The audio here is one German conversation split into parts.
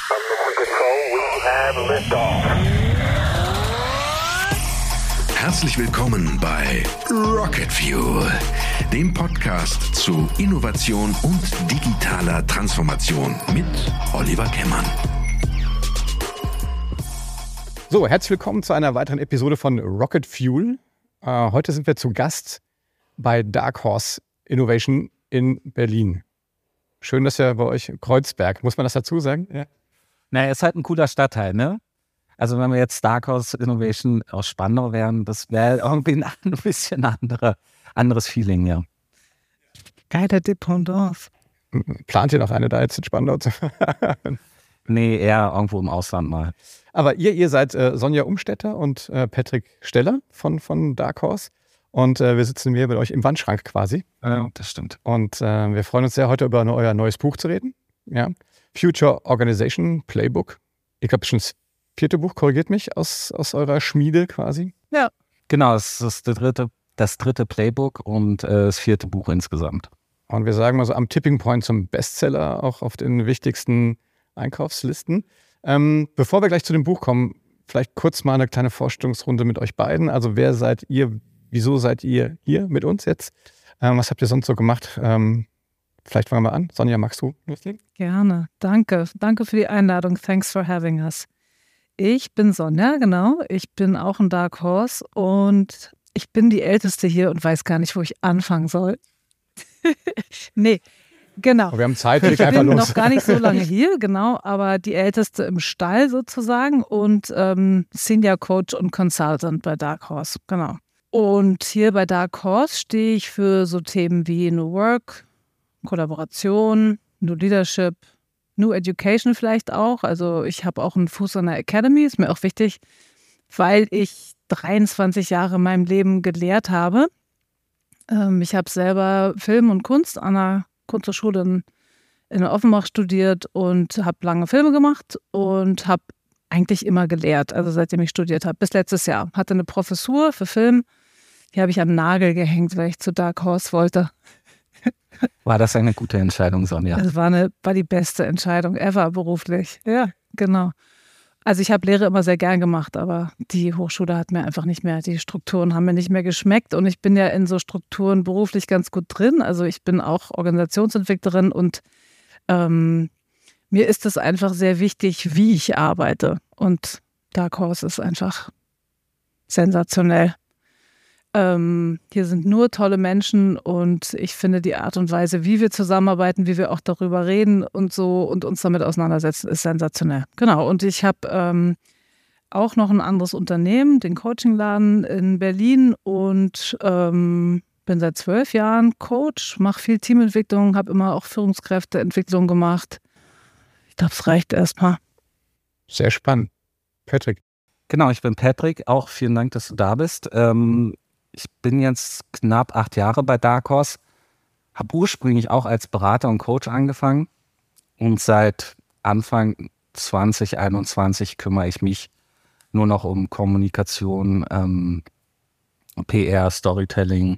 Mission Control, we have liftoff. Herzlich willkommen bei Rocket Fuel, dem Podcast zu Innovation und digitaler Transformation mit Oliver Kemmern. So, herzlich willkommen zu einer weiteren Episode von Rocket Fuel. Heute sind wir zu Gast bei Dark Horse Innovation in Berlin. Schön, dass ihr bei euch Kreuzberg, muss man das dazu sagen? Ja. Naja, ist halt ein cooler Stadtteil, ne? Also wenn wir jetzt Dark Horse Innovation aus Spandau wären, das wäre irgendwie ein bisschen anderes Feeling, ja. Geile Dependance. Plant ihr noch eine da jetzt in Spandau zu fahren? Nee, eher irgendwo im Ausland mal. Aber ihr seid Sonja Umstetter und Patrick Steller von Dark Horse. Und wir sitzen hier bei euch im Wandschrank quasi. Ja, das stimmt. Und wir freuen uns sehr, heute über euer neues Buch zu reden. Ja. Future Organization Playbook. Ich glaube, schon das 4. Buch, korrigiert mich, aus eurer Schmiede quasi. Ja, genau, es ist das dritte Playbook und das 4. Buch insgesamt. Und wir sagen mal so am Tipping Point zum Bestseller, auch auf den wichtigsten Einkaufslisten. Bevor wir gleich zu dem Buch kommen, vielleicht kurz mal eine kleine Vorstellungsrunde mit euch beiden. Also wer seid ihr, wieso seid ihr hier mit uns jetzt? Was habt ihr sonst so gemacht? Vielleicht fangen wir an. Sonja, magst du loslegen? Gerne, danke. Danke für die Einladung. Thanks for having us. Ich bin Sonja, genau. Ich bin auch ein Dark Horse und ich bin die Älteste hier und weiß gar nicht, wo ich anfangen soll. Nee, genau. Aber wir haben Zeit, leg einfach los. Ich bin los. noch gar nicht so lange hier, genau, aber die Älteste im Stall sozusagen und Senior Coach und Consultant bei Dark Horse, genau. Und hier bei Dark Horse stehe ich für so Themen wie New Work, Kollaboration, New Leadership, New Education vielleicht auch. Also ich habe auch einen Fuß an der Academy, ist mir auch wichtig, weil ich 23 Jahre in meinem Leben gelehrt habe. Ich habe selber Film und Kunst an der Kunsthochschule in Offenbach studiert und habe lange Filme gemacht und habe eigentlich immer gelehrt, also seitdem ich studiert habe, bis letztes Jahr. Hatte eine Professur für Film, die habe ich an den Nagel gehängt, weil ich zu Dark Horse wollte. War das eine gute Entscheidung, Sonja? Das war die beste Entscheidung ever beruflich. Ja, genau. Also ich habe Lehre immer sehr gern gemacht, aber die Hochschule hat mir einfach nicht mehr, die Strukturen haben mir nicht mehr geschmeckt und ich bin ja in so Strukturen beruflich ganz gut drin. Also ich bin auch Organisationsentwicklerin und mir ist es einfach sehr wichtig, wie ich arbeite. Und Dark Horse ist einfach sensationell. Hier sind nur tolle Menschen und ich finde die Art und Weise, wie wir zusammenarbeiten, wie wir auch darüber reden und so und uns damit auseinandersetzen, ist sensationell. Genau, und ich habe auch noch ein anderes Unternehmen, den Coachingladen in Berlin und bin seit 12 Jahren Coach, mache viel Teamentwicklung, habe immer auch Führungskräfteentwicklung gemacht. Ich glaube, es reicht erstmal. Sehr spannend. Patrick. Genau, ich bin Patrick. Auch vielen Dank, dass du da bist. Ich bin jetzt knapp 8 Jahre bei Dark Horse, habe ursprünglich auch als Berater und Coach angefangen und seit Anfang 2021 kümmere ich mich nur noch um Kommunikation, PR, Storytelling,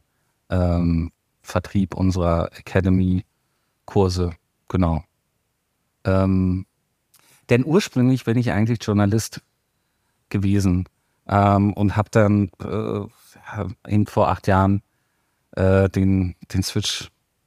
Vertrieb unserer Academy-Kurse, genau. Denn ursprünglich bin ich eigentlich Journalist gewesen und habe dann eben vor 8 Jahren den Switch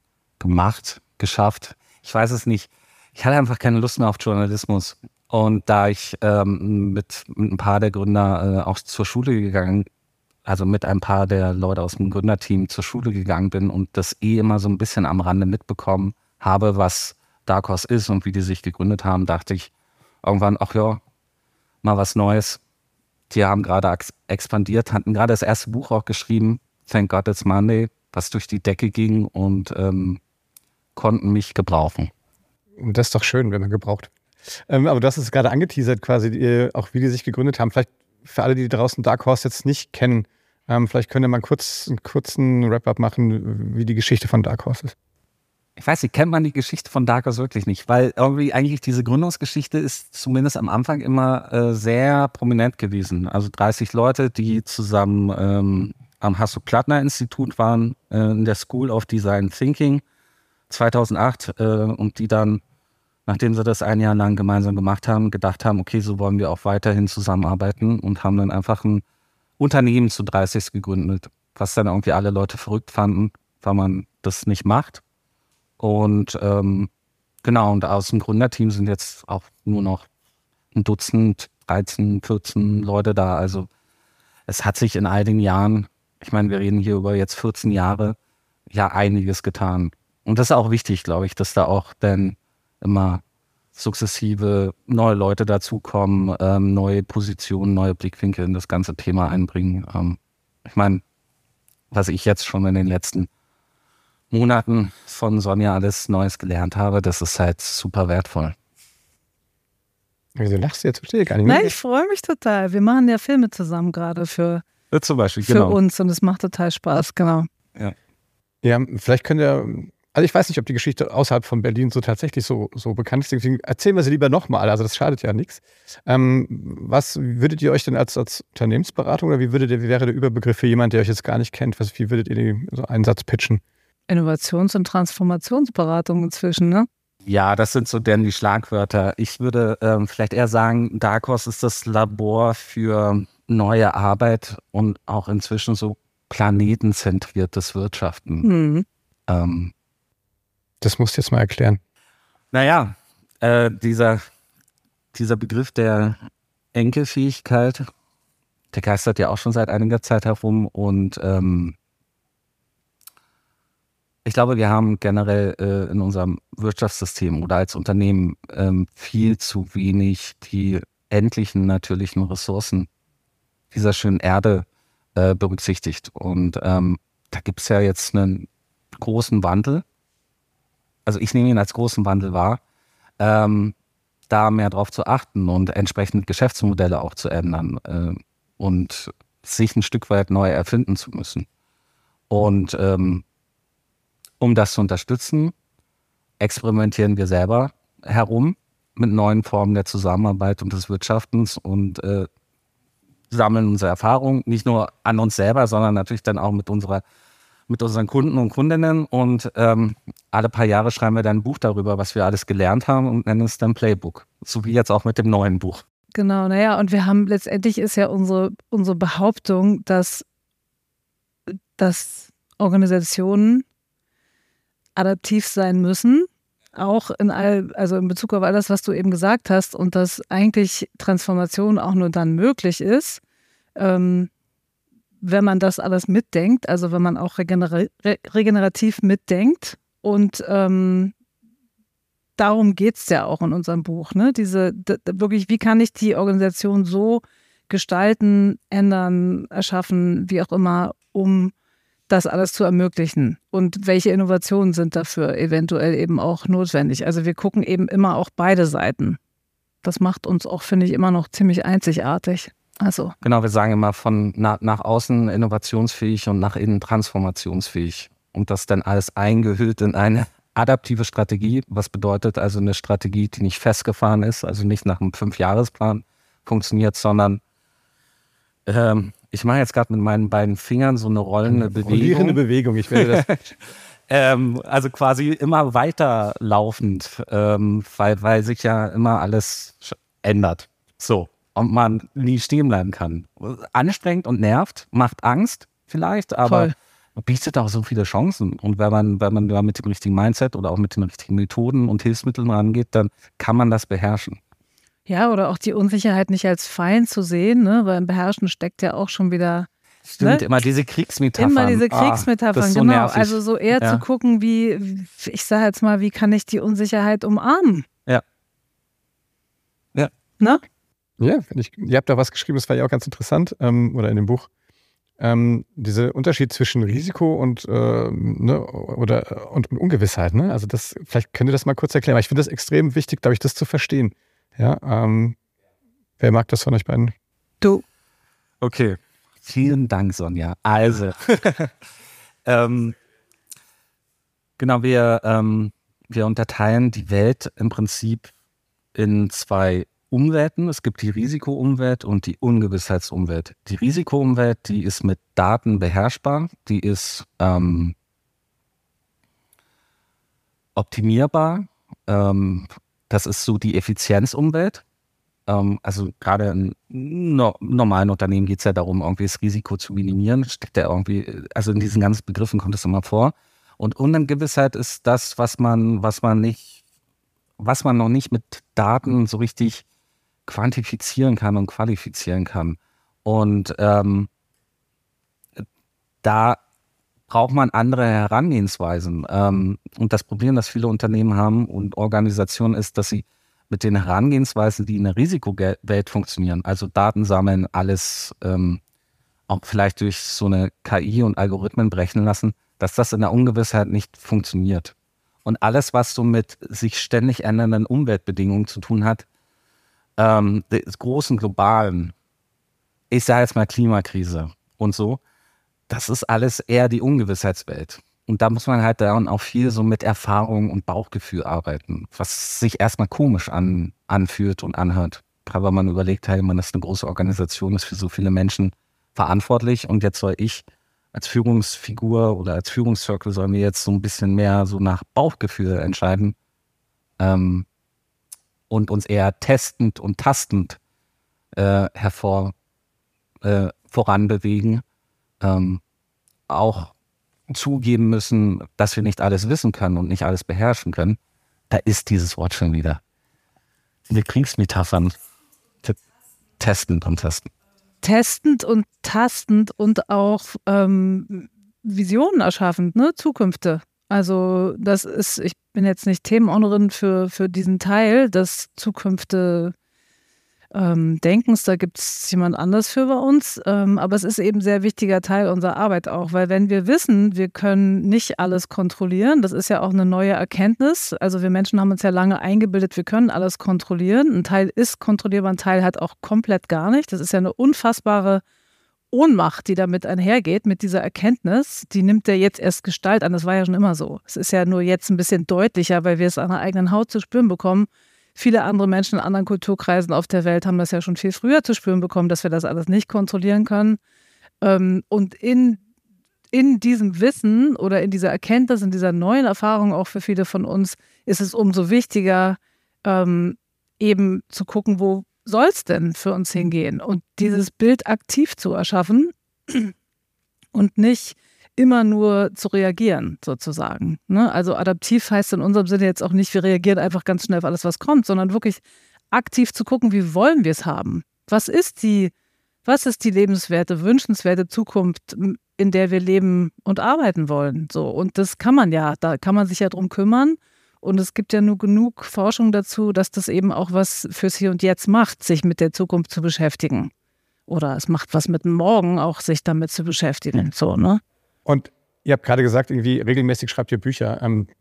geschafft. Ich weiß es nicht. Ich hatte einfach keine Lust mehr auf Journalismus. Und da ich mit ein paar der Gründer auch zur Schule gegangen, also mit ein paar der Leute aus dem Gründerteam zur Schule gegangen bin und das immer so ein bisschen am Rande mitbekommen habe, was Dark Horse ist und wie die sich gegründet haben, dachte ich irgendwann, ach ja, mal was Neues. Die haben gerade expandiert, hatten gerade das erste Buch auch geschrieben, Thank God It's Monday, was durch die Decke ging und konnten mich gebrauchen. Und das ist doch schön, wenn man gebraucht. Aber du hast es gerade angeteasert quasi, auch wie die sich gegründet haben. Vielleicht für alle, die draußen Dark Horse jetzt nicht kennen, vielleicht könnt ihr mal einen kurzen Wrap-up machen, wie die Geschichte von Dark Horse ist. Ich weiß nicht, kennt man die Geschichte von Dark Horse wirklich nicht, weil irgendwie eigentlich diese Gründungsgeschichte ist zumindest am Anfang immer sehr prominent gewesen. Also 30 Leute, die zusammen am Hasso-Plattner-Institut waren, in der School of Design Thinking 2008 und die dann nachdem sie das ein Jahr lang gemeinsam gemacht haben, gedacht haben, okay, so wollen wir auch weiterhin zusammenarbeiten und haben dann einfach ein Unternehmen zu 30 gegründet, was dann irgendwie alle Leute verrückt fanden, weil man das nicht macht. Und genau, und aus dem Gründerteam sind jetzt auch nur noch ein Dutzend, 13, 14 Leute da. Also es hat sich in all den Jahren, ich meine, wir reden hier über jetzt 14 Jahre, ja einiges getan. Und das ist auch wichtig, glaube ich, dass da auch dann immer sukzessive neue Leute dazukommen, neue Positionen, neue Blickwinkel in das ganze Thema einbringen. Ich meine, was ich jetzt schon in den letzten Monaten von Sonja alles Neues gelernt habe, das ist halt super wertvoll. Wieso lachst du jetzt? Verstehe ich gar nicht. Nein, ich freue mich total. Wir machen ja Filme zusammen gerade für Zum Beispiel, genau. uns und es macht total Spaß, genau. Ja, vielleicht könnt ihr, also ich weiß nicht, ob die Geschichte außerhalb von Berlin so tatsächlich so bekannt ist, deswegen erzählen wir sie lieber nochmal, also das schadet ja nichts. Was würdet ihr euch denn als Unternehmensberatung oder wie wäre der Überbegriff für jemand, der euch jetzt gar nicht kennt, wie würdet ihr so einen Satz pitchen? Innovations- und Transformationsberatung inzwischen, ne? Ja, das sind so denn die Schlagwörter. Ich würde vielleicht eher sagen, Darkos ist das Labor für neue Arbeit und auch inzwischen so planetenzentriertes Wirtschaften. Das musst du jetzt mal erklären. Naja, dieser Begriff der Enkelfähigkeit, der geistert ja auch schon seit einiger Zeit herum und ich glaube, wir haben generell in unserem Wirtschaftssystem oder als Unternehmen viel zu wenig die endlichen natürlichen Ressourcen dieser schönen Erde berücksichtigt. Und da gibt es ja jetzt einen großen Wandel. Also ich nehme ihn als großen Wandel wahr, da mehr drauf zu achten und entsprechend Geschäftsmodelle auch zu ändern und sich ein Stück weit neu erfinden zu müssen. Und um das zu unterstützen, experimentieren wir selber herum mit neuen Formen der Zusammenarbeit und des Wirtschaftens und sammeln unsere Erfahrungen, nicht nur an uns selber, sondern natürlich dann auch mit unseren Kunden und Kundinnen. Und alle paar Jahre schreiben wir dann ein Buch darüber, was wir alles gelernt haben und nennen es dann Playbook. So wie jetzt auch mit dem neuen Buch. Genau, naja, und wir haben letztendlich ist ja unsere Behauptung, dass Organisationen adaptiv sein müssen, auch also in Bezug auf alles, was du eben gesagt hast, und dass eigentlich Transformation auch nur dann möglich ist, wenn man das alles mitdenkt, also wenn man auch regenerativ mitdenkt. Und darum geht es ja auch in unserem Buch, ne? Wirklich, wie kann ich die Organisation so gestalten, ändern, erschaffen, wie auch immer, um das alles zu ermöglichen und welche Innovationen sind dafür eventuell eben auch notwendig. Also wir gucken eben immer auch beide Seiten. Das macht uns auch, finde ich, immer noch ziemlich einzigartig. Also genau, wir sagen immer von nach außen innovationsfähig und nach innen transformationsfähig und das dann alles eingehüllt in eine adaptive Strategie, was bedeutet also eine Strategie, die nicht festgefahren ist, also nicht nach einem 5-Jahresplan funktioniert, sondern ich mache jetzt gerade mit meinen beiden Fingern so eine rollende Bewegung. Rollierende Bewegung, ich werde das. Also quasi immer weiterlaufend, weil sich ja immer alles ändert. So. Und man nie stehen bleiben kann. Anstrengend und nervt, macht Angst vielleicht, aber bietet auch so viele Chancen. Und wenn man da mit dem richtigen Mindset oder auch mit den richtigen Methoden und Hilfsmitteln rangeht, dann kann man das beherrschen. Ja, oder auch die Unsicherheit nicht als Feind zu sehen, ne? Weil im Beherrschen steckt ja auch schon wieder. Stimmt, immer diese Kriegsmetaphern. Immer diese Kriegsmetaphern, das ist so genau. nervig. Also so eher zu gucken, ich sage jetzt mal, wie kann ich die Unsicherheit umarmen? Ja. Ne? Ja, ihr habt da was geschrieben, das war ja auch ganz interessant, oder in dem Buch. Dieser Unterschied zwischen Risiko und Ungewissheit, ne? Also vielleicht könnt ihr das mal kurz erklären, weil ich finde das extrem wichtig, glaube ich, das zu verstehen. Ja, wer mag das von euch beiden? Du. Okay. Vielen Dank, Sonja. Also, genau, wir unterteilen die Welt im Prinzip in 2 Umwelten. Es gibt die Risikoumwelt und die Ungewissheitsumwelt. Die Risikoumwelt, die ist mit Daten beherrschbar, die ist optimierbar. Da Das ist so die Effizienzumwelt. Also gerade in normalen Unternehmen geht es ja darum, irgendwie das Risiko zu minimieren. Steckt ja irgendwie, also in diesen ganzen Begriffen kommt es immer vor. Und Ungewissheit ist das, was man noch nicht mit Daten so richtig quantifizieren kann und qualifizieren kann. Und da braucht man andere Herangehensweisen. Und das Problem, das viele Unternehmen haben und Organisationen, ist, dass sie mit den Herangehensweisen, die in der Risikowelt funktionieren, also Daten sammeln, alles auch vielleicht durch so eine KI und Algorithmen berechnen lassen, dass das in der Ungewissheit nicht funktioniert. Und alles, was so mit sich ständig ändernden Umweltbedingungen zu tun hat, des großen globalen, ich sage jetzt mal Klimakrise und so, das ist alles eher die Ungewissheitswelt. Und da muss man halt dann auch viel so mit Erfahrung und Bauchgefühl arbeiten, was sich erstmal komisch anfühlt und anhört. Gerade wenn man überlegt, hey, man ist eine große Organisation, ist für so viele Menschen verantwortlich und jetzt soll ich als Führungsfigur oder als Führungszirkel sollen wir jetzt so ein bisschen mehr so nach Bauchgefühl entscheiden und uns eher testend und tastend voranbewegen. Auch zugeben müssen, dass wir nicht alles wissen können und nicht alles beherrschen können. Da ist dieses Wort schon wieder. Die Kriegsmetaphern. Testend und tasten. Testend und tastend und auch Visionen erschaffend, ne? Zukünfte. Also das ist, ich bin jetzt nicht Themenownerin für diesen Teil des Zukünfte Denkens, da gibt es jemand anders für bei uns, aber es ist eben ein sehr wichtiger Teil unserer Arbeit auch, weil wenn wir wissen, wir können nicht alles kontrollieren, das ist ja auch eine neue Erkenntnis, also wir Menschen haben uns ja lange eingebildet, wir können alles kontrollieren, ein Teil ist kontrollierbar, ein Teil hat auch komplett gar nicht, das ist ja eine unfassbare Ohnmacht, die damit einhergeht, mit dieser Erkenntnis, die nimmt ja jetzt erst Gestalt an, das war ja schon immer so, es ist ja nur jetzt ein bisschen deutlicher, weil wir es an der eigenen Haut zu spüren bekommen. Viele andere Menschen in anderen Kulturkreisen auf der Welt haben das ja schon viel früher zu spüren bekommen, dass wir das alles nicht kontrollieren können. Und in diesem Wissen oder in dieser Erkenntnis, in dieser neuen Erfahrung auch für viele von uns, ist es umso wichtiger, eben zu gucken, wo soll es denn für uns hingehen? Und dieses Bild aktiv zu erschaffen und nicht immer nur zu reagieren, sozusagen. Ne? Also adaptiv heißt in unserem Sinne jetzt auch nicht, wir reagieren einfach ganz schnell auf alles, was kommt, sondern wirklich aktiv zu gucken, wie wollen wir es haben? Was ist die lebenswerte, wünschenswerte Zukunft, in der wir leben und arbeiten wollen? So, und das kann man ja, da kann man sich ja drum kümmern. Und es gibt ja nur genug Forschung dazu, dass das eben auch was fürs Hier und Jetzt macht, sich mit der Zukunft zu beschäftigen. Oder es macht was mit dem Morgen, auch sich damit zu beschäftigen. So, ne? Und ihr habt gerade gesagt, irgendwie regelmäßig schreibt ihr Bücher.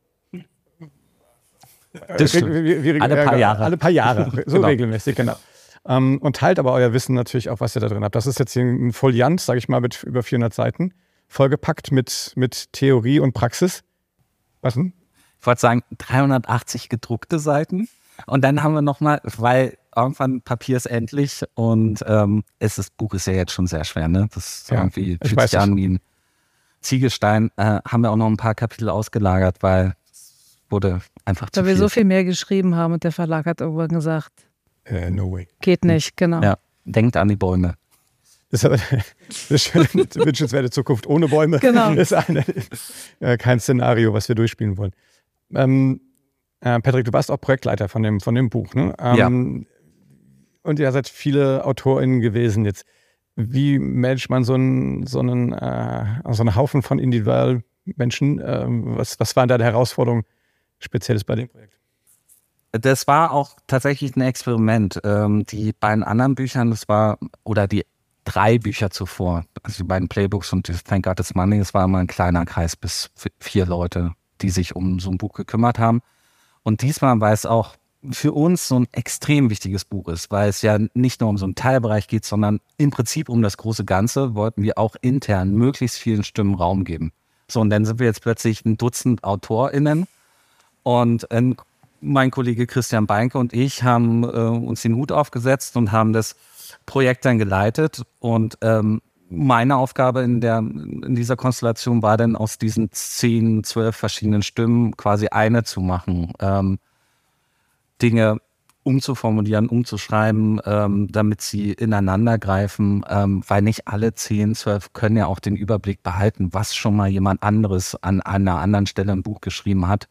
Alle paar Jahre. Alle paar Jahre, so Genau. regelmäßig, genau. Und teilt aber euer Wissen natürlich auch, was ihr da drin habt. Das ist jetzt hier ein Foliant, sage ich mal, mit über 400 Seiten, vollgepackt mit Theorie und Praxis. Was denn? Ich wollte sagen, 380 gedruckte Seiten. Und dann haben wir nochmal, weil irgendwann Papier ist endlich und das Buch ist ja jetzt schon sehr schwer, ne? Das ist irgendwie fühlt sich an wie ein Ziegelstein. Haben wir auch noch ein paar Kapitel ausgelagert, weil es wurde einfach zu Weil viel. wir so viel mehr geschrieben haben und der Verlag hat irgendwann gesagt, No way. geht nicht, genau. Ja, denkt an die Bäume. Das ist aber eine schöne, wünschenswerte Zukunft ohne Bäume. Genau. Das ist kein Szenario, was wir durchspielen wollen. Patrick, du warst auch Projektleiter von dem Buch, ne? Ja. Und ihr seid viele AutorInnen gewesen jetzt. Wie managt man so einen Haufen von Individualmenschen? Was waren da die Herausforderungen Spezielles bei dem Projekt? Das war auch tatsächlich ein Experiment. Die beiden anderen Büchern, oder die 3 Bücher zuvor, also die beiden Playbooks und Thank God It's Money, das war immer ein kleiner Kreis bis 4 Leute, die sich um so ein Buch gekümmert haben. Und diesmal war es auch für uns so ein extrem wichtiges Buch ist, weil es ja nicht nur um so einen Teilbereich geht, sondern im Prinzip um das große Ganze wollten wir auch intern möglichst vielen Stimmen Raum geben. So, und dann sind wir jetzt plötzlich ein Dutzend AutorInnen und mein Kollege Christian Beinke und ich haben uns den Hut aufgesetzt und haben das Projekt dann geleitet und meine Aufgabe in dieser Konstellation war dann aus diesen 10, 12 verschiedenen Stimmen quasi eine zu machen. Dinge umzuformulieren, umzuschreiben, damit sie ineinander greifen, weil nicht alle 10, 12 können ja auch den Überblick behalten, was schon mal jemand anderes an einer anderen Stelle im Buch geschrieben hat.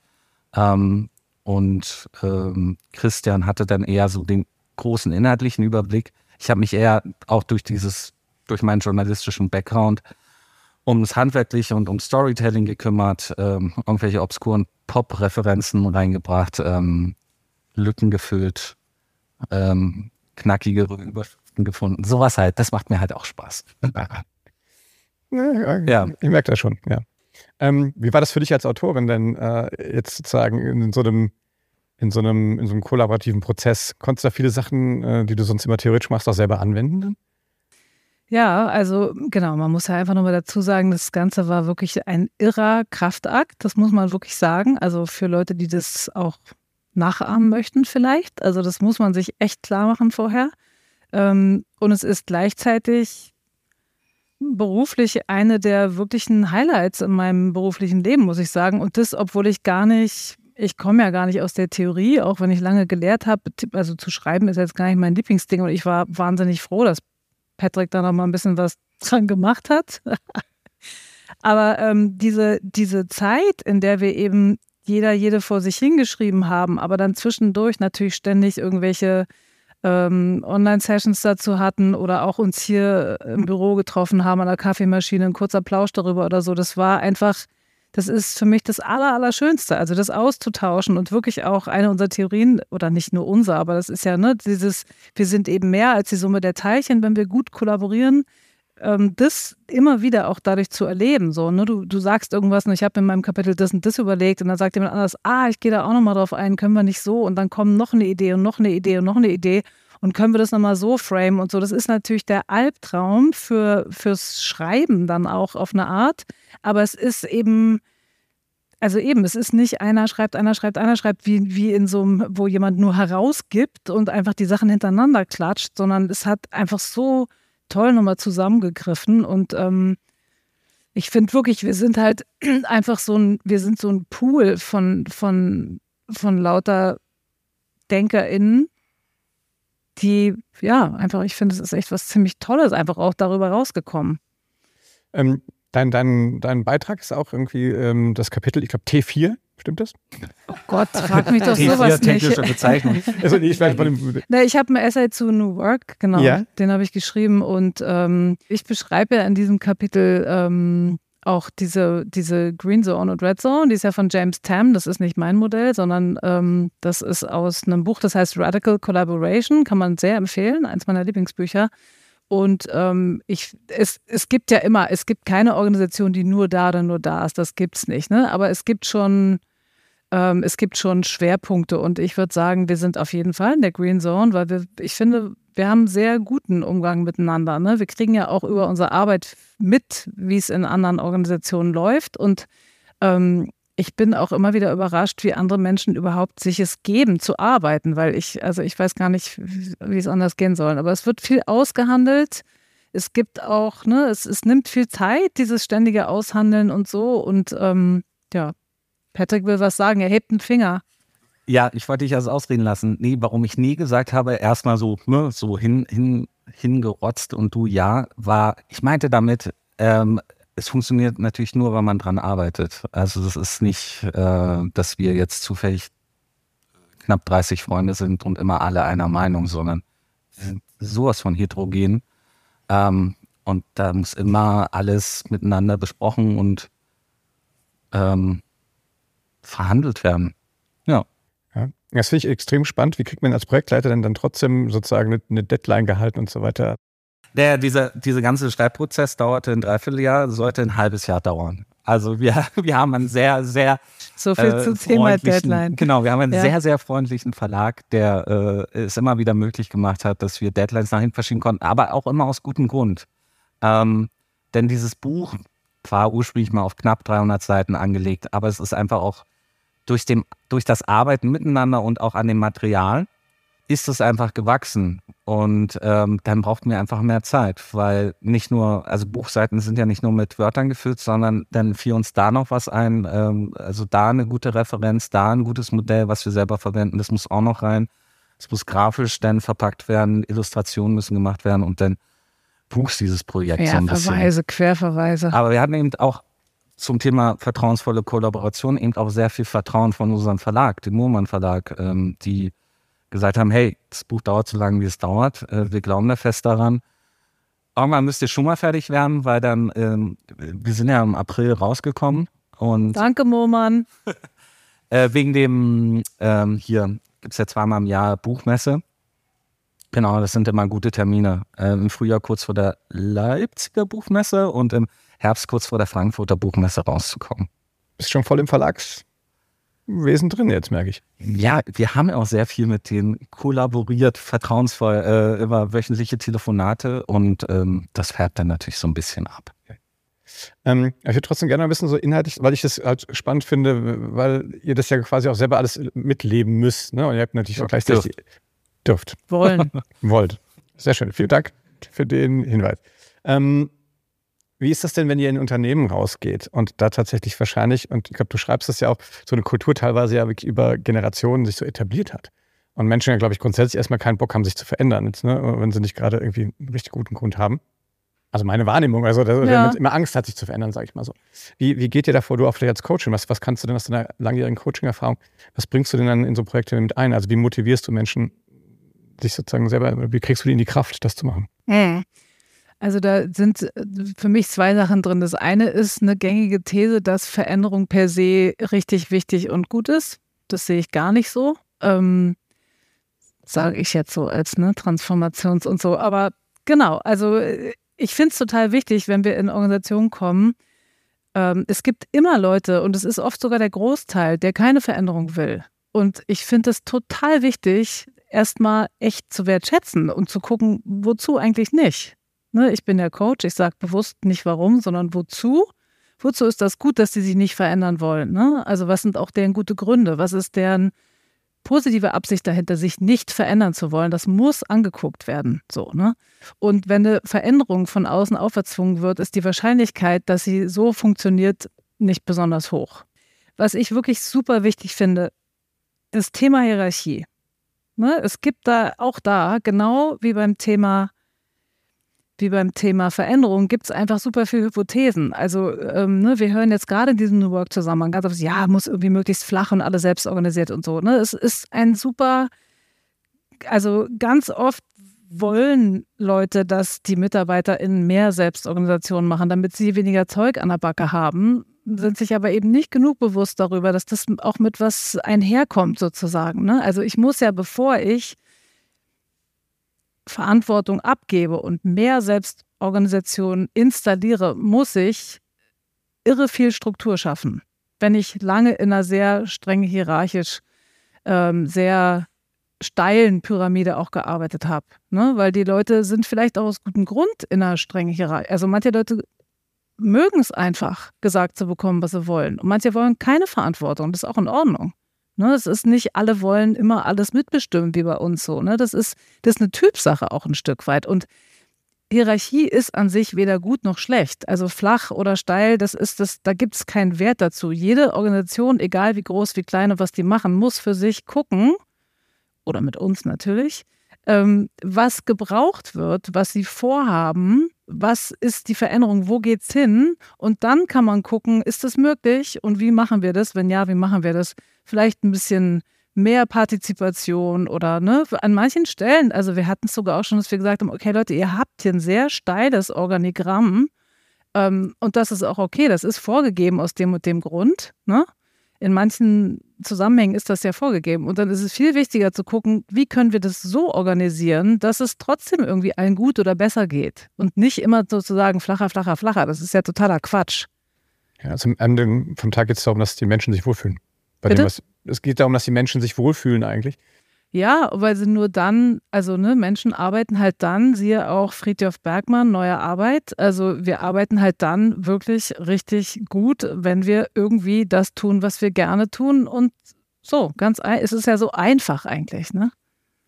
Und Christian hatte dann eher so den großen inhaltlichen Überblick. Ich habe mich eher auch durch meinen journalistischen Background ums Handwerkliche und um Storytelling gekümmert, irgendwelche obskuren Pop-Referenzen reingebracht, Lücken gefüllt, knackige Überschriften gefunden. Sowas halt, das macht mir halt auch Spaß. Ja. Ich merke das schon, ja. Wie war das für dich als Autorin denn jetzt sozusagen in so einem kollaborativen Prozess? Konntest du da viele Sachen, die du sonst immer theoretisch machst, auch selber anwenden? Ja, also genau, man muss ja einfach nochmal dazu sagen, das Ganze war wirklich ein irrer Kraftakt, das muss man wirklich sagen. Also für Leute, die das auch nachahmen möchten vielleicht. Also das muss man sich echt klar machen vorher. Und es ist gleichzeitig beruflich eine der wirklichen Highlights in meinem beruflichen Leben, muss ich sagen. Und das, obwohl ich komme ja gar nicht aus der Theorie, auch wenn ich lange gelehrt habe. Also zu schreiben ist jetzt gar nicht mein Lieblingsding. Und ich war wahnsinnig froh, dass Patrick da noch mal ein bisschen was dran gemacht hat. Aber diese Zeit, in der wir eben jede vor sich hingeschrieben haben, aber dann zwischendurch natürlich ständig irgendwelche Online-Sessions dazu hatten oder auch uns hier im Büro getroffen haben an der Kaffeemaschine, ein kurzer Plausch darüber oder so. Das war einfach, das ist für mich das Allerschönste. Also das auszutauschen und wirklich auch eine unserer Theorien, oder nicht nur unser, aber das ist ja wir sind eben mehr als die Summe der Teilchen, wenn wir gut kollaborieren. Das immer wieder auch dadurch zu erleben. So, ne? Du sagst irgendwas und ich habe in meinem Kapitel das und das überlegt und dann sagt jemand anders, ich gehe da auch nochmal drauf ein, können wir nicht so, und dann kommt noch eine Idee und noch eine Idee und noch eine Idee und können wir das nochmal so framen und so. Das ist natürlich der Albtraum fürs Schreiben dann auch auf eine Art, aber es ist eben, es ist nicht einer schreibt, wie in so einem, wo jemand nur herausgibt und einfach die Sachen hintereinander klatscht, sondern es hat einfach so toll nochmal zusammengegriffen und ich finde wirklich, wir sind halt einfach so ein Pool von lauter DenkerInnen, die, ja, einfach, ich finde, es ist echt was ziemlich Tolles einfach auch darüber rausgekommen. Dein Beitrag ist auch irgendwie das Kapitel, ich glaube T4, stimmt das? Oh Gott, frag mich doch sowas nicht. Technische Bezeichnung. Also, ich habe ein Essay zu New Work, genau, ja. Den habe ich geschrieben und ich beschreibe ja in diesem Kapitel auch diese Green Zone und Red Zone, die ist ja von James Tam, das ist nicht mein Modell, sondern das ist aus einem Buch, das heißt Radical Collaboration, kann man sehr empfehlen, eins meiner Lieblingsbücher. Und es gibt ja immer, es gibt keine Organisation, die nur da oder nur da ist, das gibt's nicht, ne? Aber es gibt schon Schwerpunkte und ich würde sagen, wir sind auf jeden Fall in der Green Zone, weil ich finde, wir haben einen sehr guten Umgang miteinander, ne? Wir kriegen ja auch über unsere Arbeit mit, wie es in anderen Organisationen läuft und ich bin auch immer wieder überrascht, wie andere Menschen überhaupt sich es geben, zu arbeiten, weil ich weiß gar nicht, wie es anders gehen soll. Aber es wird viel ausgehandelt. Es gibt auch, ne, es nimmt viel Zeit, dieses ständige Aushandeln und so. Und ja, Patrick will was sagen, er hebt einen Finger. Ja, ich wollte dich also ausreden lassen. Nee, warum ich nie gesagt habe, erstmal so, ne, so hingerotzt und du ja, ich meinte damit, es funktioniert natürlich nur, wenn man dran arbeitet. Also das ist nicht, dass wir jetzt zufällig knapp 30 Freunde sind und immer alle einer Meinung, sondern sowas von heterogen. Und da muss immer alles miteinander besprochen und verhandelt werden. Ja. Ja. Das finde ich extrem spannend. Wie kriegt man als Projektleiter denn dann trotzdem sozusagen eine Deadline gehalten und so weiter? Dieser ganze Schreibprozess dauerte ein Dreivierteljahr, sollte ein halbes Jahr dauern. Also wir haben einen sehr, sehr so viel zum Thema Deadline. Genau, wir haben einen sehr, sehr freundlichen Verlag, der es immer wieder möglich gemacht hat, dass wir Deadlines nach hinten verschieben konnten, aber auch immer aus gutem Grund. Denn dieses Buch war ursprünglich mal auf knapp 300 Seiten angelegt, aber es ist einfach auch durch das Arbeiten miteinander und auch an dem Material ist es einfach gewachsen. Und dann brauchten wir einfach mehr Zeit, weil nicht nur, also Buchseiten sind ja nicht nur mit Wörtern gefüllt, sondern dann fiel uns da noch was ein, also da eine gute Referenz, da ein gutes Modell, was wir selber verwenden, das muss auch noch rein. Es muss grafisch dann verpackt werden, Illustrationen müssen gemacht werden und dann wuchs dieses Projekt so ein bisschen. Querverweise. Aber wir hatten eben auch zum Thema vertrauensvolle Kollaboration eben auch sehr viel Vertrauen von unserem Verlag, dem Murmann Verlag, die gesagt haben, hey, das Buch dauert so lange, wie es dauert. Wir glauben da fest daran. Irgendwann müsst ihr schon mal fertig werden, weil dann, wir sind ja im April rausgekommen. Und danke, Murmann. Wegen dem, hier gibt es ja zweimal im Jahr Buchmesse. Genau, das sind immer gute Termine. Im Frühjahr kurz vor der Leipziger Buchmesse und im Herbst kurz vor der Frankfurter Buchmesse rauszukommen. Bist schon voll im Verlagswesen drin jetzt, merke ich. Ja, wir haben ja auch sehr viel mit denen kollaboriert, vertrauensvoll, immer wöchentliche Telefonate und das färbt dann natürlich so ein bisschen ab. Ich würde trotzdem gerne mal wissen, so inhaltlich, weil ich das halt spannend finde, weil ihr das ja quasi auch selber alles mitleben müsst. Ne? Und ihr habt natürlich auch gleichzeitig dürft. Wollt. Sehr schön. Vielen Dank für den Hinweis. Wie ist das denn, wenn ihr in Unternehmen rausgeht und da tatsächlich wahrscheinlich, und ich glaube, du schreibst das ja auch, so eine Kultur teilweise ja wirklich über Generationen sich so etabliert hat. Und Menschen ja, glaube ich, grundsätzlich erstmal keinen Bock haben, sich zu verändern, jetzt, ne? Wenn sie nicht gerade irgendwie einen richtig guten Grund haben. Also meine Wahrnehmung, also wenn man immer Angst hat, sich zu verändern, sage ich mal so. Wie geht dir davor, du auch vielleicht als Coachin? Was kannst du denn aus deiner langjährigen Coaching-Erfahrung, was bringst du denn dann in so Projekte mit ein? Also wie motivierst du Menschen, sich sozusagen selber, wie kriegst du die in die Kraft, das zu machen? Also da sind für mich zwei Sachen drin. Das eine ist eine gängige These, dass Veränderung per se richtig wichtig und gut ist. Das sehe ich gar nicht so. Sage ich jetzt so als Transformations- und so. Aber genau, also ich finde es total wichtig, wenn wir in Organisationen kommen. Es gibt immer Leute, und es ist oft sogar der Großteil, der keine Veränderung will. Und ich finde es total wichtig, erstmal echt zu wertschätzen und zu gucken, wozu eigentlich nicht. Ne, ich bin der Coach, ich sage bewusst nicht warum, sondern wozu. Wozu ist das gut, dass die sich nicht verändern wollen? Ne? Also was sind auch deren gute Gründe? Was ist deren positive Absicht dahinter, sich nicht verändern zu wollen? Das muss angeguckt werden. So, ne? Und wenn eine Veränderung von außen auferzwungen wird, ist die Wahrscheinlichkeit, dass sie so funktioniert, nicht besonders hoch. Was ich wirklich super wichtig finde, das Thema Hierarchie. Ne? Es gibt da, genau wie beim Thema Veränderung, gibt es einfach super viele Hypothesen. Also wir hören jetzt gerade in diesem New Work-Zusammenhang ganz oft, ja, muss irgendwie möglichst flach und alle selbst organisiert und so. Ne? Es ist also ganz oft wollen Leute, dass die MitarbeiterInnen mehr Selbstorganisation machen, damit sie weniger Zeug an der Backe haben, sind sich aber eben nicht genug bewusst darüber, dass das auch mit was einherkommt sozusagen. Ne? Also ich muss ja, bevor ich Verantwortung abgebe und mehr Selbstorganisation installiere, muss ich irre viel Struktur schaffen. Wenn ich lange in einer sehr streng hierarchisch, sehr steilen Pyramide auch gearbeitet habe. Ne? Weil die Leute sind vielleicht auch aus gutem Grund in einer strengen Hierarchie. Also manche Leute mögen es einfach, gesagt zu bekommen, was sie wollen. Und manche wollen keine Verantwortung. Das ist auch in Ordnung. Ne, es ist nicht, alle wollen immer alles mitbestimmen wie bei uns so. Ne? Das ist eine Typsache auch ein Stück weit. Und Hierarchie ist an sich weder gut noch schlecht. Also flach oder steil, da gibt es keinen Wert dazu. Jede Organisation, egal wie groß, wie klein und was die machen, muss für sich gucken, oder mit uns natürlich, was gebraucht wird, was sie vorhaben, was ist die Veränderung, wo geht's hin? Und dann kann man gucken, ist das möglich und wie machen wir das? Wenn ja, wie machen wir das? Vielleicht ein bisschen mehr Partizipation oder an manchen Stellen, also wir hatten es sogar auch schon, dass wir gesagt haben, okay Leute, ihr habt hier ein sehr steiles Organigramm und das ist auch okay, das ist vorgegeben aus dem und dem Grund, ne? In manchen Zusammenhängen ist das ja vorgegeben. Und dann ist es viel wichtiger zu gucken, wie können wir das so organisieren, dass es trotzdem irgendwie allen gut oder besser geht. Und nicht immer sozusagen flacher, flacher, flacher. Das ist ja totaler Quatsch. Ja, also am Ende vom Tag geht es darum, dass die Menschen sich wohlfühlen. Es geht darum, dass die Menschen sich wohlfühlen eigentlich. Ja, weil sie nur dann, also Menschen arbeiten halt dann, siehe auch Frithjof Bergmann, Neue Arbeit, also wir arbeiten halt dann wirklich richtig gut, wenn wir irgendwie das tun, was wir gerne tun und so, es ist ja so einfach eigentlich, ne?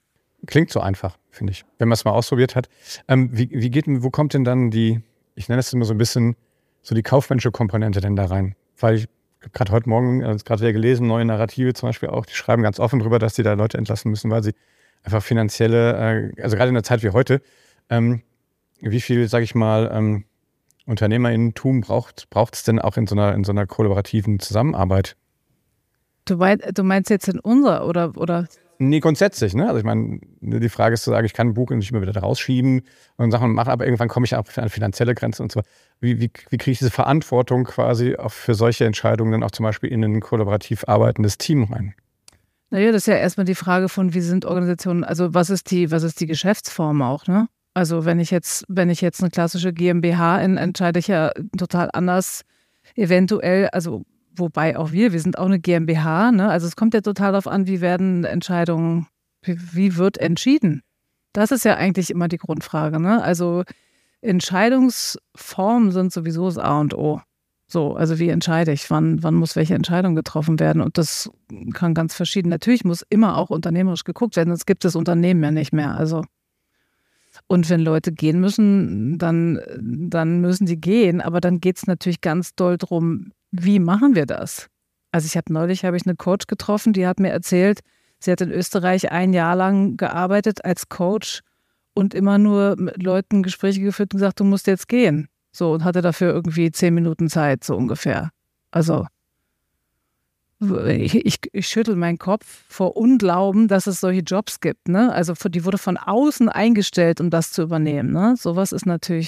klingt so einfach, finde ich, wenn man es mal ausprobiert hat. Wo kommt denn dann ich nenne es immer so ein bisschen, so die kaufmännische Komponente denn da rein? Weil ich habe gerade heute Morgen, gerade wieder gelesen, neue Narrative zum Beispiel auch, die schreiben ganz offen drüber, dass die da Leute entlassen müssen, weil sie einfach finanzielle, also gerade in einer Zeit wie heute, wie viel, sage ich mal, UnternehmerInnentum braucht es denn auch in so einer kollaborativen Zusammenarbeit? Du meinst jetzt in unserer oder? Nee, grundsätzlich, ne? Also ich meine, die Frage ist zu sagen, ich kann ein Buch nicht immer wieder rausschieben und Sachen machen, aber irgendwann komme ich auch an finanzielle Grenzen und so. Wie kriege ich diese Verantwortung quasi auch für solche Entscheidungen dann auch zum Beispiel in ein kollaborativ arbeitendes Team rein? Naja, das ist ja erstmal die Frage von, wie sind Organisationen, also was ist die Geschäftsform auch, ne? Also wenn ich jetzt eine klassische GmbH entscheide ich ja total anders, eventuell, also wobei auch wir sind auch eine GmbH, ne? Also es kommt ja total darauf an, wie werden Entscheidungen, wie wird entschieden? Das ist ja eigentlich immer die Grundfrage, ne? Also Entscheidungsformen sind sowieso das A und O. So, also wie entscheide ich, wann muss welche Entscheidung getroffen werden? Und das kann ganz verschieden. Natürlich muss immer auch unternehmerisch geguckt werden, sonst gibt es Unternehmen ja nicht mehr. Also und wenn Leute gehen müssen, dann müssen die gehen. Aber dann geht es natürlich ganz doll darum, wie machen wir das? Also neulich habe ich eine Coach getroffen, die hat mir erzählt, sie hat in Österreich 1 Jahr lang gearbeitet als Coach und immer nur mit Leuten Gespräche geführt und gesagt, du musst jetzt gehen. So, und hatte dafür irgendwie 10 Minuten Zeit, so ungefähr. Also ich schüttel meinen Kopf vor Unglauben, dass es solche Jobs gibt. Ne? Also die wurde von außen eingestellt, um das zu übernehmen. Ne? Sowas ist natürlich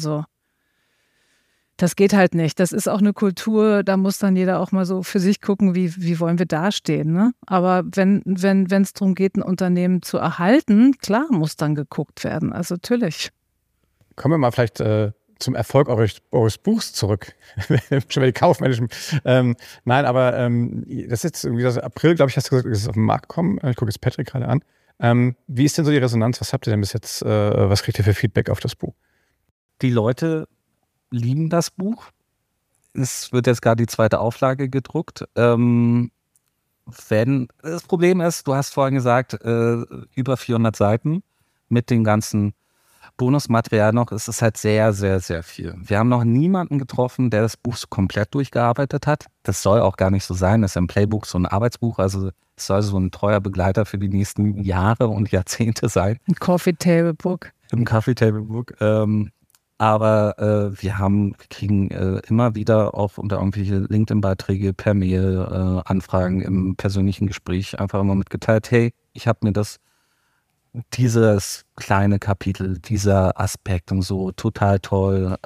das geht halt nicht. Das ist auch eine Kultur, da muss dann jeder auch mal so für sich gucken, wie wollen wir dastehen. Ne? Aber wenn es darum geht, ein Unternehmen zu erhalten, klar muss dann geguckt werden. Also natürlich. Kommen wir mal vielleicht zum Erfolg eures Buchs zurück. Schon mal die kaufmännischen. Nein, aber das ist jetzt irgendwie das April, glaube ich, hast du gesagt, ist es auf den Markt gekommen. Ich gucke jetzt Patrick gerade an. Wie ist denn so die Resonanz? Was habt ihr denn bis jetzt, was kriegt ihr für Feedback auf das Buch? Die Leute lieben das Buch. Es wird jetzt gerade die 2. Auflage gedruckt. Das Problem ist, du hast vorhin gesagt, über 400 Seiten mit dem ganzen Bonusmaterial noch, ist es halt sehr, sehr, sehr viel. Wir haben noch niemanden getroffen, der das Buch so komplett durchgearbeitet hat. Das soll auch gar nicht so sein. Das ist ein Playbook, so ein Arbeitsbuch. Also es soll so ein treuer Begleiter für die nächsten Jahre und Jahrzehnte sein. Ein Coffee Table Book. Ein Coffee Table Book. Aber wir kriegen immer wieder auch unter irgendwelche LinkedIn-Beiträge per Mail, Anfragen im persönlichen Gespräch einfach immer mitgeteilt, hey, ich habe mir dieses kleine Kapitel, dieser Aspekt und so total toll.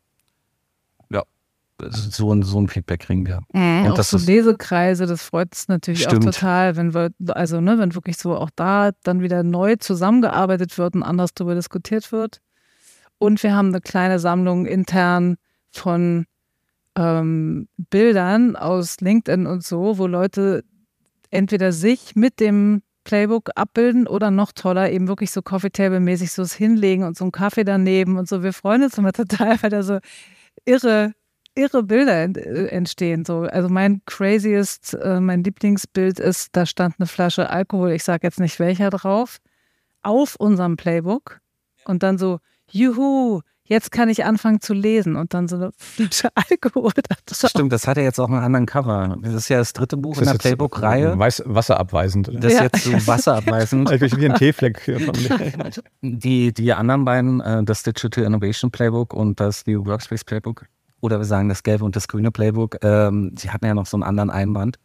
So ein Feedback kriegen wir. Und auch so Lesekreise, das freut uns natürlich auch total, wenn wenn wirklich so auch da dann wieder neu zusammengearbeitet wird und anders darüber diskutiert wird. Und wir haben eine kleine Sammlung intern von Bildern aus LinkedIn und so, wo Leute entweder sich mit dem Playbook abbilden oder noch toller eben wirklich so Coffee-Table-mäßig so es hinlegen und so einen Kaffee daneben und so. Wir freuen uns immer total, weil da so irre Bilder entstehen. So. Also mein Lieblingsbild ist, da stand eine Flasche Alkohol, ich sage jetzt nicht welcher drauf, auf unserem Playbook und dann so, juhu, jetzt kann ich anfangen zu lesen und dann so eine Flasche Alkohol. Stimmt, das hat ja jetzt auch einen anderen Cover. Das ist ja das 3. Buch in der Playbook-Reihe. Wasserabweisend. Oder? Das ist jetzt so wasserabweisend. Ich wie ein Teefleck. Die anderen beiden, das Digital Innovation Playbook und das New Workspace Playbook, oder wir sagen das gelbe und das grüne Playbook, die hatten ja noch so einen anderen Einband.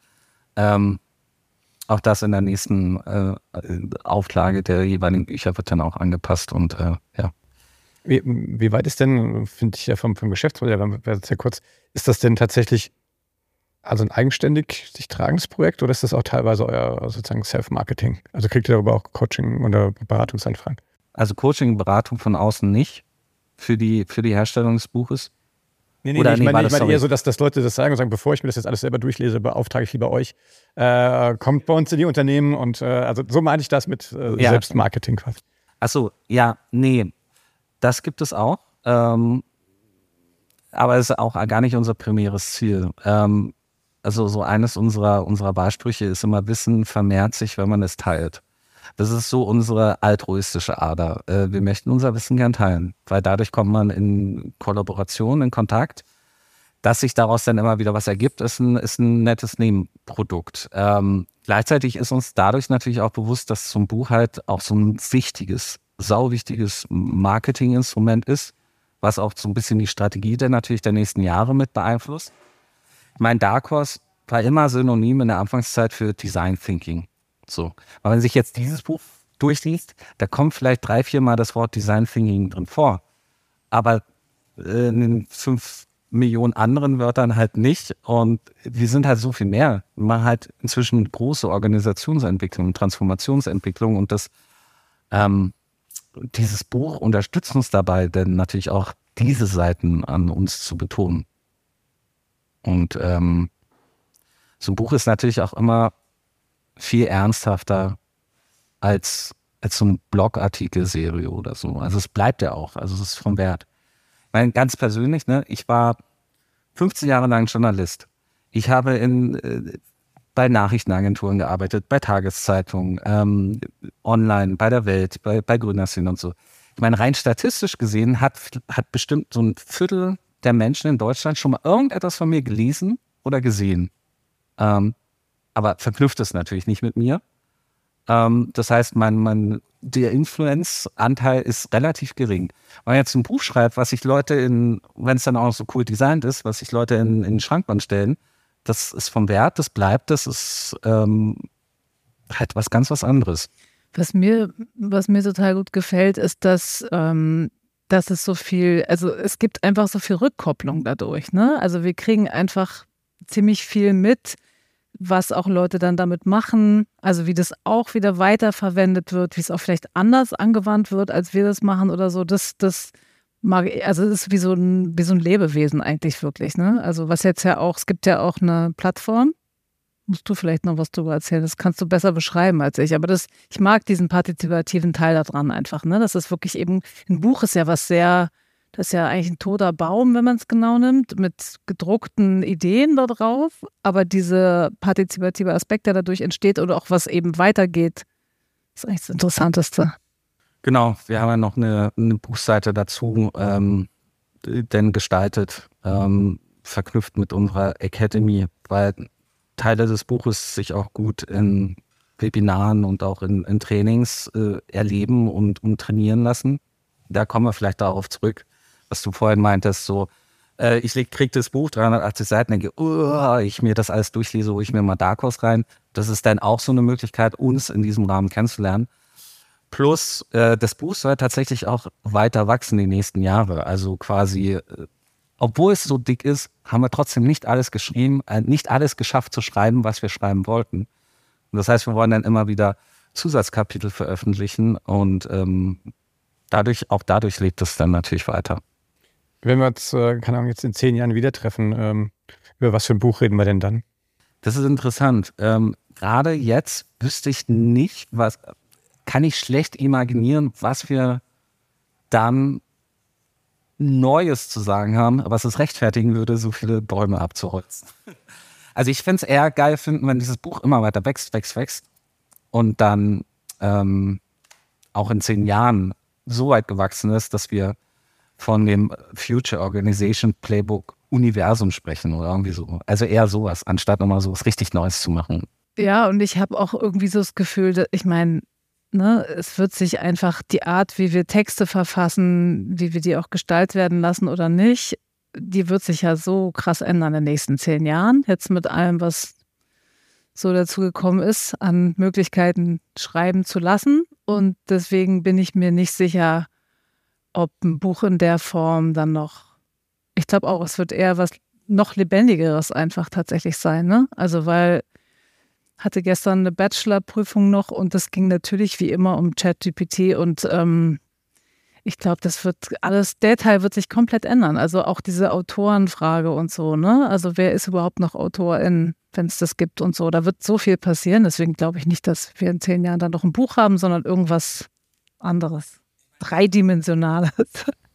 Auch das in der nächsten Auflage der jeweiligen Bücher wird dann auch angepasst und ja. Wie weit ist denn, finde ich ja vom Geschäftsmodell, sehr kurz, ist das denn tatsächlich also ein eigenständig sich tragendes Projekt oder ist das auch teilweise euer sozusagen Self-Marketing? Also kriegt ihr darüber auch Coaching oder Beratungsanfragen? Also Coaching, Beratung von außen nicht für die Herstellung des Buches. Nee, ich meine eher so, dass Leute das sagen und sagen, bevor ich mir das jetzt alles selber durchlese, beauftrage ich lieber euch. Kommt bei uns in die Unternehmen und also so meine ich das mit Selbstmarketing quasi. Achso, ja, nee. Das gibt es auch, aber es ist auch gar nicht unser primäres Ziel. Also so eines unserer Wahlsprüche ist immer, Wissen vermehrt sich, wenn man es teilt. Das ist so unsere altruistische Ader. Wir möchten unser Wissen gern teilen, weil dadurch kommt man in Kollaboration, in Kontakt. Dass sich daraus dann immer wieder was ergibt, ist ein nettes Nebenprodukt. Gleichzeitig ist uns dadurch natürlich auch bewusst, dass so ein Buch halt auch so ein sauwichtiges Marketinginstrument ist, was auch so ein bisschen die Strategie dann natürlich der nächsten Jahre mit beeinflusst. Ich meine, Dark Horse war immer synonym in der Anfangszeit für Design Thinking. So. Aber wenn man sich jetzt dieses Buch durchliest, da kommt vielleicht 3-4 Mal das Wort Design Thinking drin vor. Aber in den 5 Millionen anderen Wörtern halt nicht. Und wir sind halt so viel mehr. Wir machen halt inzwischen große Organisationsentwicklung, Transformationsentwicklung und dieses Buch unterstützt uns dabei, denn natürlich auch diese Seiten an uns zu betonen. Und so ein Buch ist natürlich auch immer viel ernsthafter als so eine Blogartikelserie oder so. Also es bleibt ja auch. Also es ist vom Wert. Ich meine, ganz persönlich, ne, ich war 15 Jahre lang Journalist. Ich habe bei Nachrichtenagenturen gearbeitet, bei Tageszeitungen, online, bei der Welt, bei Gründerszene und so. Ich meine, rein statistisch gesehen hat bestimmt so ein Viertel der Menschen in Deutschland schon mal irgendetwas von mir gelesen oder gesehen. Aber verknüpft es natürlich nicht mit mir. Das heißt, der Influence-Anteil ist relativ gering. Wenn man jetzt ein Buch schreibt, was sich Leute wenn es dann auch so cool designt ist, was sich Leute in den Schrankwand stellen, das ist vom Wert, das bleibt, das ist halt was anderes. Was mir total gut gefällt, ist, dass es so viel, also es gibt einfach so viel Rückkopplung dadurch, ne? Also wir kriegen einfach ziemlich viel mit, was auch Leute dann damit machen, also wie das auch wieder weiterverwendet wird, wie es auch vielleicht anders angewandt wird, als wir das machen oder so, das mag ich, also es ist wie so ein Lebewesen eigentlich wirklich, ne? Also was jetzt ja auch, es gibt ja auch eine Plattform, musst du vielleicht noch was drüber erzählen, das kannst du besser beschreiben als ich, aber ich mag diesen partizipativen Teil da dran einfach, ne? Das ist wirklich eben, ein Buch ist ja das ist ja eigentlich ein toter Baum, wenn man es genau nimmt, mit gedruckten Ideen da drauf. Aber dieser partizipative Aspekt, der dadurch entsteht oder auch was eben weitergeht, ist eigentlich das Interessanteste. Genau, wir haben ja noch eine Buchseite dazu denn gestaltet, verknüpft mit unserer Academy, weil Teile des Buches sich auch gut in Webinaren und auch in Trainings erleben und trainieren lassen. Da kommen wir vielleicht darauf zurück, was du vorhin meintest, so ich kriege das Buch, 380 Seiten, denke, ich mir das alles durchlese, hole ich mir mal Dark Horse rein. Das ist dann auch so eine Möglichkeit, uns in diesem Rahmen kennenzulernen. Plus, das Buch soll tatsächlich auch weiter wachsen die nächsten Jahre. Also quasi, obwohl es so dick ist, haben wir trotzdem nicht alles geschrieben, nicht alles geschafft zu schreiben, was wir schreiben wollten. Und das heißt, wir wollen dann immer wieder Zusatzkapitel veröffentlichen und dadurch lebt es dann natürlich weiter. Wenn wir uns, keine Ahnung, jetzt in 10 Jahren wieder treffen, über was für ein Buch reden wir denn dann? Das ist interessant. Gerade jetzt wüsste ich nicht, kann ich schlecht imaginieren, was wir dann Neues zu sagen haben, was es rechtfertigen würde, so viele Bäume abzuholzen. Also ich finde es eher geil finden, wenn dieses Buch immer weiter wächst und dann auch in 10 Jahren so weit gewachsen ist, dass wir von dem Future Organization Playbook Universum sprechen oder irgendwie so. Also eher sowas, anstatt nochmal sowas richtig Neues zu machen. Ja, und ich habe auch irgendwie so das Gefühl, ich meine, ne, es wird sich einfach die Art, wie wir Texte verfassen, wie wir die auch gestaltet werden lassen oder nicht, die wird sich ja so krass ändern in den nächsten 10 Jahren. Jetzt mit allem, was so dazu gekommen ist, an Möglichkeiten schreiben zu lassen. Und deswegen bin ich mir nicht sicher, ob ein Buch in der Form dann noch, ich glaube auch, es wird eher was noch Lebendigeres einfach tatsächlich sein, ne? Also weil hatte gestern eine Bachelorprüfung noch und das ging natürlich wie immer um ChatGPT und ich glaube, das wird alles, der Teil wird sich komplett ändern. Also auch diese Autorenfrage und so, ne? Also wer ist überhaupt noch Autorin, wenn es das gibt und so. Da wird so viel passieren. Deswegen glaube ich nicht, dass wir in 10 Jahren dann noch ein Buch haben, sondern irgendwas anderes. Dreidimensionales.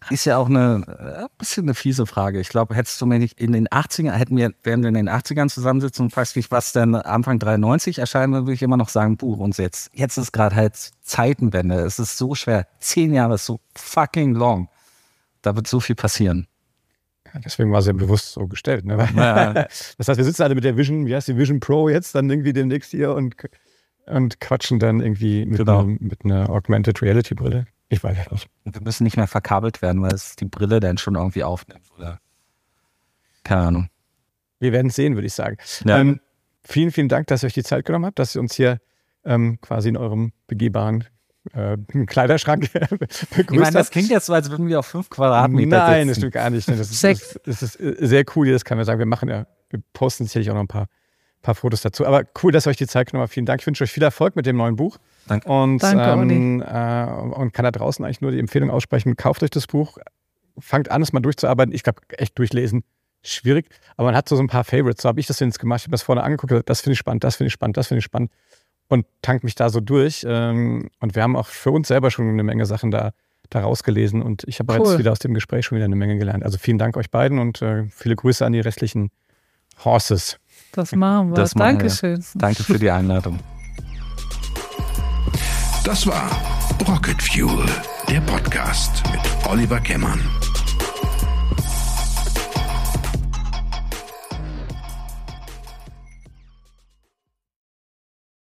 Ist ja auch ein bisschen eine fiese Frage. Ich glaube, hättest du mir nicht in den 80ern, wären wir in den 80ern zusammensitzen und fragst mich, was denn Anfang 93 erscheinen würde, ich immer noch sagen, und jetzt ist gerade halt Zeitenwende. Es ist so schwer. 10 Jahre ist so fucking long. Da wird so viel passieren. Ja, deswegen war es ja bewusst so gestellt. Ne? Ja. Das heißt, wir sitzen alle mit der Vision, wie heißt die Vision Pro jetzt dann irgendwie demnächst hier und quatschen dann irgendwie mit einer Augmented Reality Brille. Ich weiß ja nicht. Wir müssen nicht mehr verkabelt werden, weil es die Brille dann schon irgendwie aufnimmt, oder? Keine Ahnung. Wir werden es sehen, würde ich sagen. Ja. Vielen, vielen Dank, dass ihr euch die Zeit genommen habt, dass ihr uns hier quasi in eurem begehbaren Kleiderschrank begrüßt habt. Ich meine, das klingt jetzt so, als würden wir auf 5 Quadratmeter Nein, das sitzen. stimmt gar nicht. Das ist sehr cool, das kann man sagen. Wir posten sicherlich auch noch ein paar Fotos dazu. Aber cool, dass ihr euch die Zeit genommen habt. Vielen Dank. Ich wünsche euch viel Erfolg mit dem neuen Buch. Danke. Und, Danke, Olli. Und kann da draußen eigentlich nur die Empfehlung aussprechen, kauft euch das Buch, fangt an, es mal durchzuarbeiten. Ich glaube, echt durchlesen, schwierig. Aber man hat so ein paar Favorites. So habe ich das jetzt gemacht. Ich habe das vorne angeguckt, gesagt, das finde ich spannend, das finde ich spannend, das finde ich spannend. Und tank mich da so durch. Und wir haben auch für uns selber schon eine Menge Sachen da rausgelesen. Und ich habe jetzt wieder aus dem Gespräch schon wieder eine Menge gelernt. Also vielen Dank euch beiden und viele Grüße an die restlichen Horses. Das machen wir. Dankeschön. Danke für die Einladung. Das war Rocket Fuel, der Podcast mit Oliver Kemmern.